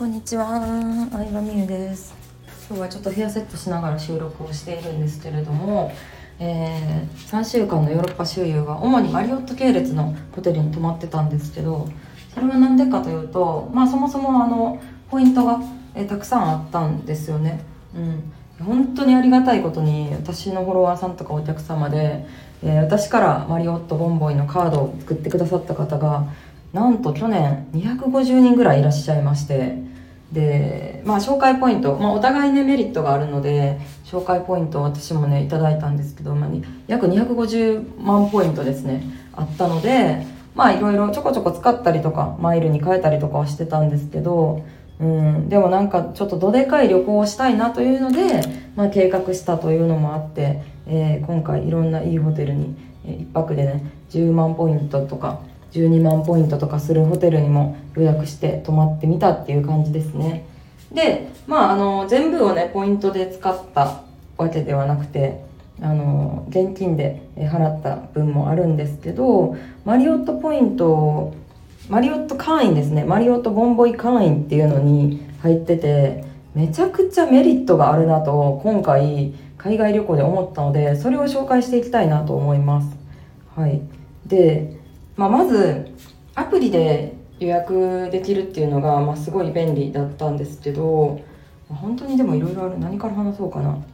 んにちは、相葉美優です。今日はちょっとヘアセットしながら収録をしているんですけれども、3週間のヨーロッパ周遊は主にマリオット系列のホテルに泊まってたんですけど、それは何でかというと、そもそもポイントが、たくさんあったんですよね。本当にありがたいことに私のフォロワーさんとかお客様で、私からマリオットボンボイのカードを作ってくださった方がなんと去年250人ぐらいいらっしゃいまして、で、紹介ポイント、お互いねメリットがあるので紹介ポイントを私もねいただいたんですけど、約250万ポイントですねあったので、いろいろちょこちょこ使ったりとかマイルに変えたりとかはしてたんですけど、でもなんかちょっとどでかい旅行をしたいなというので、計画したというのもあって、今回いろんないいホテルに、1泊でね10万ポイントとか12万ポイントとかするホテルにも予約して泊まってみたっていう感じですね。で、全部をねポイントで使ったわけではなくて、現金で払った分もあるんですけど、マリオットポイント、マリオット会員ですね、マリオットボンボイ会員っていうのに入ってて、めちゃくちゃメリットがあるなと今回海外旅行で思ったので、それを紹介していきたいなと思います。で、まずアプリで予約できるっていうのが、すごい便利だったんですけど、本当にでもいろいろある。何から話そうかな。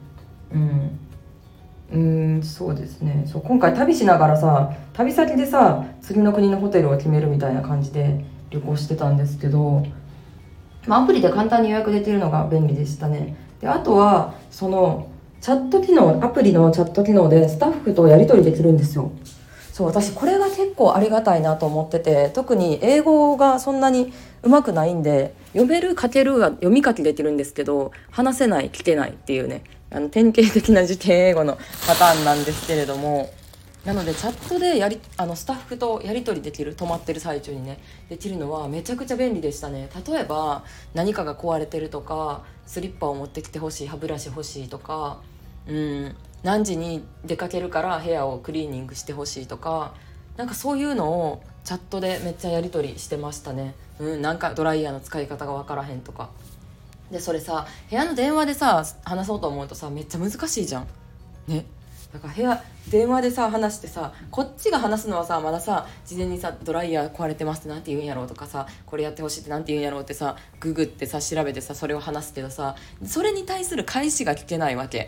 そうですね。今回旅しながらさ、旅先でさ次の国のホテルを決めるみたいな感じで旅行してたんですけど、アプリで簡単に予約できるのが便利でしたね。で、あとはそのチャット機能、アプリのチャット機能でスタッフとやり取りできるんですよ。私これが結構ありがたいなと思ってて、特に英語がそんなに上手くないんで、読める書けるは読み書きできるんですけど、話せない聞けないっていうね、典型的な受験英語のパターンなんですけれども、なのでチャットでスタッフとやり取りできる、泊まってる最中にねできるのはめちゃくちゃ便利でしたね。例えば何かが壊れてるとか、スリッパを持ってきてほしい、歯ブラシ欲しいとか、何時に出かけるから部屋をクリーニングしてほしいとか、なんかそういうのをチャットでめっちゃやり取りしてましたね。なんかドライヤーの使い方が分からへんとかで、それさ部屋の電話でさ話そうと思うとさめっちゃ難しいじゃんね。だから電話でさ話してさ、こっちが話すのはさまださ、事前にさドライヤー壊れてますってなんて言うんやろうとかさ、これやってほしいってなんて言うんやろうってさググってさ調べてさそれを話すけどさ、それに対する返しが聞けないわけ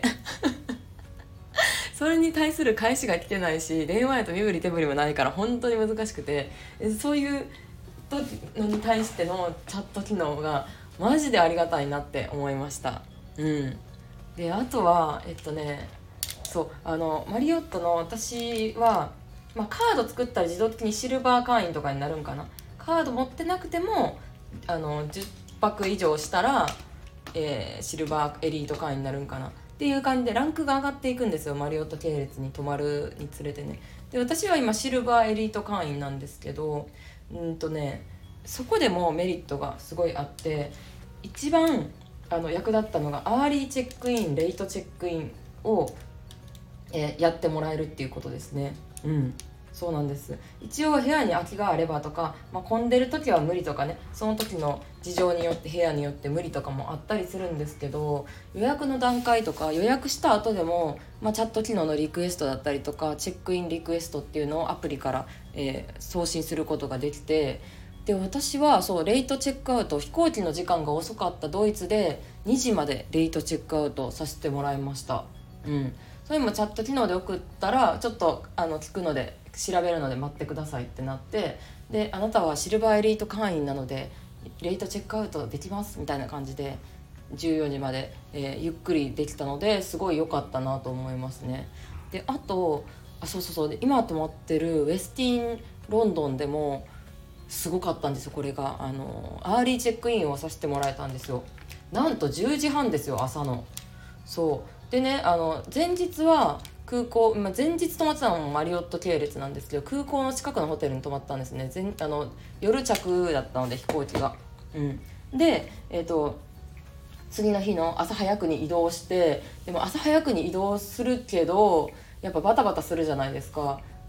それに対する返しが来てないし、電話やと身振り手振りもないから本当に難しくて、そういうのに対してのチャット機能がマジでありがたいなって思いました。で、あとはマリオットの私は、カード作ったら自動的にシルバー会員とかになるんかな。カード持ってなくても10泊以上したら、シルバーエリート会員になるんかなっていう感じでランクが上がっていくんですよ、マリオット系列に泊まるにつれてね。で、私は今シルバーエリート会員なんですけど、そこでもメリットがすごいあって、一番役立ったのがアーリーチェックイン、レイトチェックインを、やってもらえるっていうことですね。そうなんです。一応部屋に空きがあればとか、混んでる時は無理とかね、その時の事情によって部屋によって無理とかもあったりするんですけど、予約の段階とか予約した後でも、チャット機能のリクエストだったりとかチェックインリクエストっていうのをアプリから、送信することができて、で、私はレイトチェックアウト、飛行機の時間が遅かったドイツで2時までレイトチェックアウトさせてもらいました。それもチャット機能で送ったらちょっと聞くので調べるので待ってくださいってなって、で、あなたはシルバーエリート会員なのでレイトチェックアウトできますみたいな感じで14時まで、ゆっくりできたので、すごい良かったなと思いますね。で、あとで今泊まってるウェスティンロンドンでもすごかったんですよ。これがアーリーチェックインをさせてもらえたんですよ。なんと10時半ですよ、朝の。でね、前日は空港、前日泊まってたのもマリオット系列なんですけど、空港の近くのホテルに泊まったんですね。夜着だったので飛行機が。で、次の日の朝早くに移動して、でも朝早くに移動するけどやっぱバタバタするじゃないですか。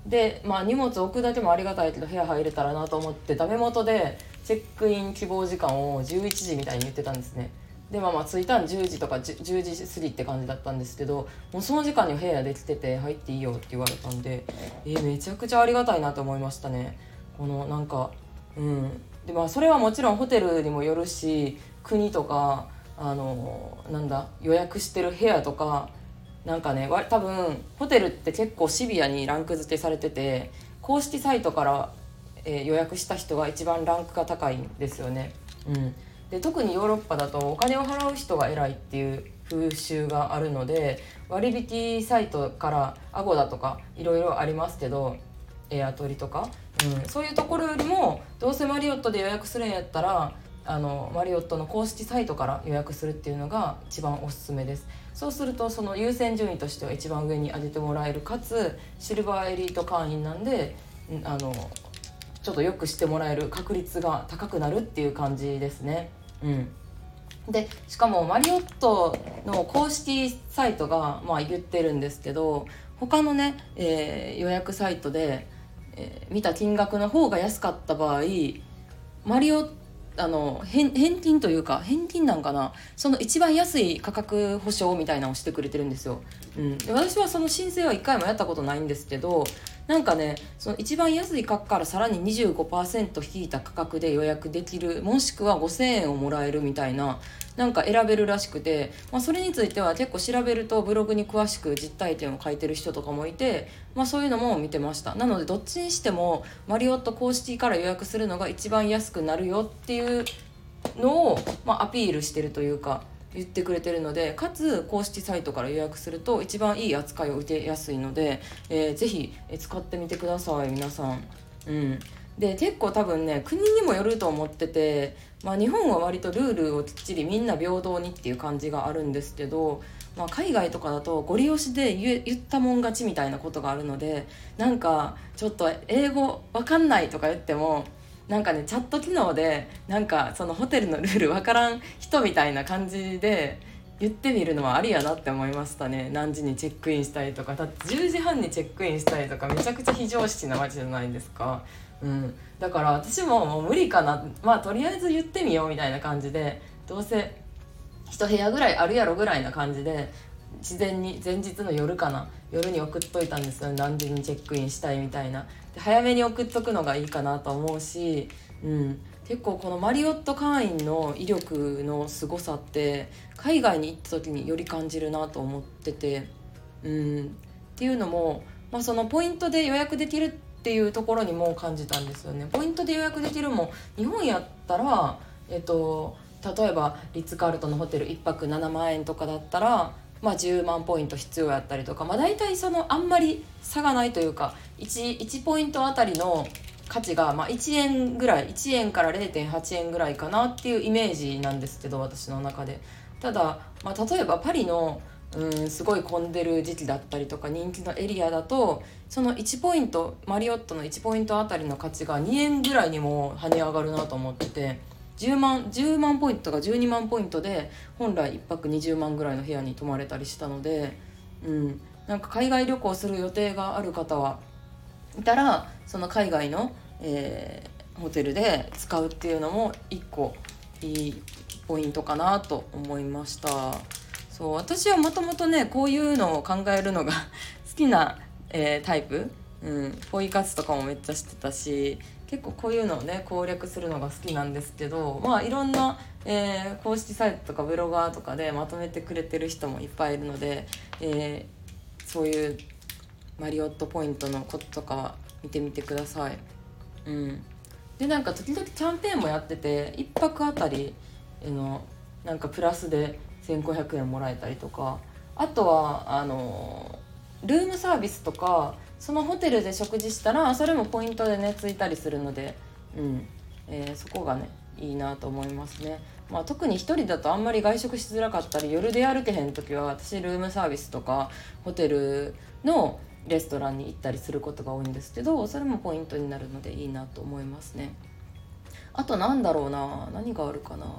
で、荷物置くだけもありがたいけど部屋入れたらなと思ってダメ元でチェックイン希望時間を11時みたいに言ってたんですね。で着いたん10時とか 10時過ぎって感じだったんですけど、もうその時間に部屋できてて入っていいよって言われたんで、めちゃくちゃありがたいなと思いましたね。このなんかでそれはもちろんホテルにもよるし、国とか予約してる部屋とかなんかね、多分ホテルって結構シビアにランク付けされてて、公式サイトから、予約した人が一番ランクが高いんですよね。で特にヨーロッパだとお金を払う人が偉いっていう風習があるので、割引サイトからアゴダとかいろいろありますけど、エアトリとか、そういうところよりもどうせマリオットで予約するんやったらマリオットの公式サイトから予約するっていうのが一番おすすめです。そうするとその優先順位としては一番上に上げてもらえる、かつシルバーエリート会員なんでちょっとよくしてもらえる確率が高くなるっていう感じですね。でしかもマリオットの公式サイトが言ってるんですけど、他のね、予約サイトで、見た金額の方が安かった場合、マリオ返金というか返金なんかな、その一番安い価格保証みたいなのをしてくれてるんですよ。で私はその申請は1回もやったことないんですけど、なんかね、その一番安い価格からさらに 25% 引いた価格で予約できる、もしくは5000円をもらえるみたいな、なんか選べるらしくて、それについては結構調べるとブログに詳しく実体験を書いてる人とかもいて、そういうのも見てました。なのでどっちにしてもマリオット公式から予約するのが一番安くなるよっていうのを、アピールしてるというか言ってくれてるので、かつ公式サイトから予約すると一番いい扱いを受けやすいので、ぜひ使ってみてください皆さん。で結構多分ね、国にもよると思ってて、日本は割とルールをきっちりみんな平等にっていう感じがあるんですけど、海外とかだとゴリ押しで言ったもん勝ちみたいなことがあるので、なんかちょっと英語わかんないとか言っても、なんかねチャット機能でなんかそのホテルのルールわからん人みたいな感じで言ってみるのはありやなって思いましたね。何時にチェックインしたりとか、だって10時半にチェックインしたりとかめちゃくちゃ非常識な街じゃないですか。だから私もう無理かな、とりあえず言ってみようみたいな感じで、どうせ一部屋ぐらいあるやろぐらいな感じで事前に前日の夜に送っといたんですよ。何時にチェックインしたいみたいなで、早めに送っとくのがいいかなと思うし、結構このマリオット会員の威力の凄さって海外に行った時により感じるなと思ってて、っていうのも、そのポイントで予約できるっていうところにも感じたんですよね。ポイントで予約できるも日本やったら例えばリッツ・カールトンのホテル1泊7万円とかだったら、10万ポイント必要やったりとか、大体あんまり差がないというか 1ポイントあたりの価値が1円ぐらい、1円から 0.8 円ぐらいかなっていうイメージなんですけど、私の中で。ただ、例えばパリのすごい混んでる時期だったりとか人気のエリアだと、その1ポイントマリオットの1ポイントあたりの価値が2円ぐらいにも跳ね上がるなと思ってて、10万ポイントとか12万ポイントで本来1泊20万ぐらいの部屋に泊まれたりしたので、なんか海外旅行する予定がある方はいたら、その海外の、ホテルで使うっていうのも一個いいポイントかなと思いました。そう、私はもともとねこういうのを考えるのが好きな、タイプ、ポイ活とかもめっちゃ知ってたし、結構こういうのをね攻略するのが好きなんですけど、いろんな、公式サイトとかブロガーとかでまとめてくれてる人もいっぱいいるので、そういうマリオットポイントのこととかは見てみてください。でなんか時々キャンペーンもやってて、1泊あたりのなんかプラスで1500円もらえたりとか、あとはルームサービスとか、そのホテルで食事したらそれもポイントでねついたりするので、そこがねいいなと思いますね。特に一人だとあんまり外食しづらかったり、夜で歩けへん時は私ルームサービスとかホテルのレストランに行ったりすることが多いんですけど、それもポイントになるのでいいなと思いますね。あとなんだろうな、何があるかな。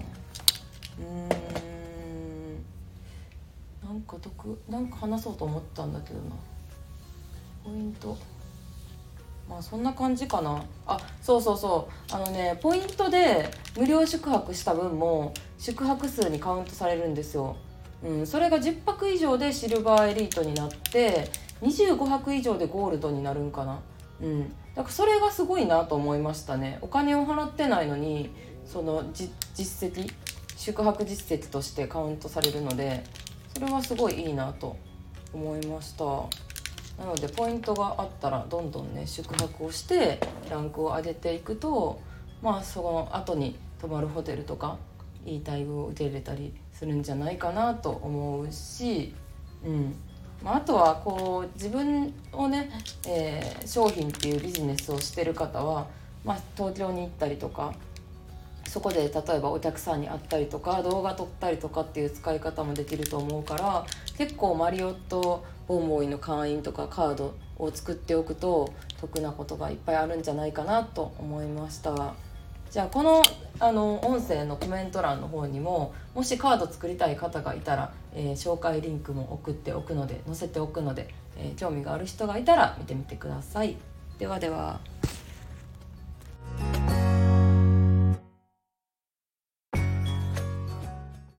なんか話そうと思ったんだけどな。ポイントまあそんな感じかな。あ、そうそうそう、ポイントで無料宿泊した分も宿泊数にカウントされるんですよ。それが10泊以上でシルバーエリートになって25泊以上でゴールドになるんかな。だからそれがすごいなと思いましたね。お金を払ってないのにその実績、宿泊実績としてカウントされるので、それはすごいいいなと思いました。なのでポイントがあったらどんどんね宿泊をしてランクを上げていくと、まあその後に泊まるホテルとかいい待遇を受け入れたりするんじゃないかなと思うし、あとはこう自分をね、商品っていうビジネスをしてる方は、東京に行ったりとか、そこで例えばお客さんに会ったりとか動画撮ったりとかっていう使い方もできると思うから、結構マリオットボンボイの会員とかカードを作っておくと得なことがいっぱいあるんじゃないかなと思いました。じゃあこの音声のコメント欄の方にももしカード作りたい方がいたら、紹介リンクも送っておくので載せておくので、興味がある人がいたら見てみてください。ではでは。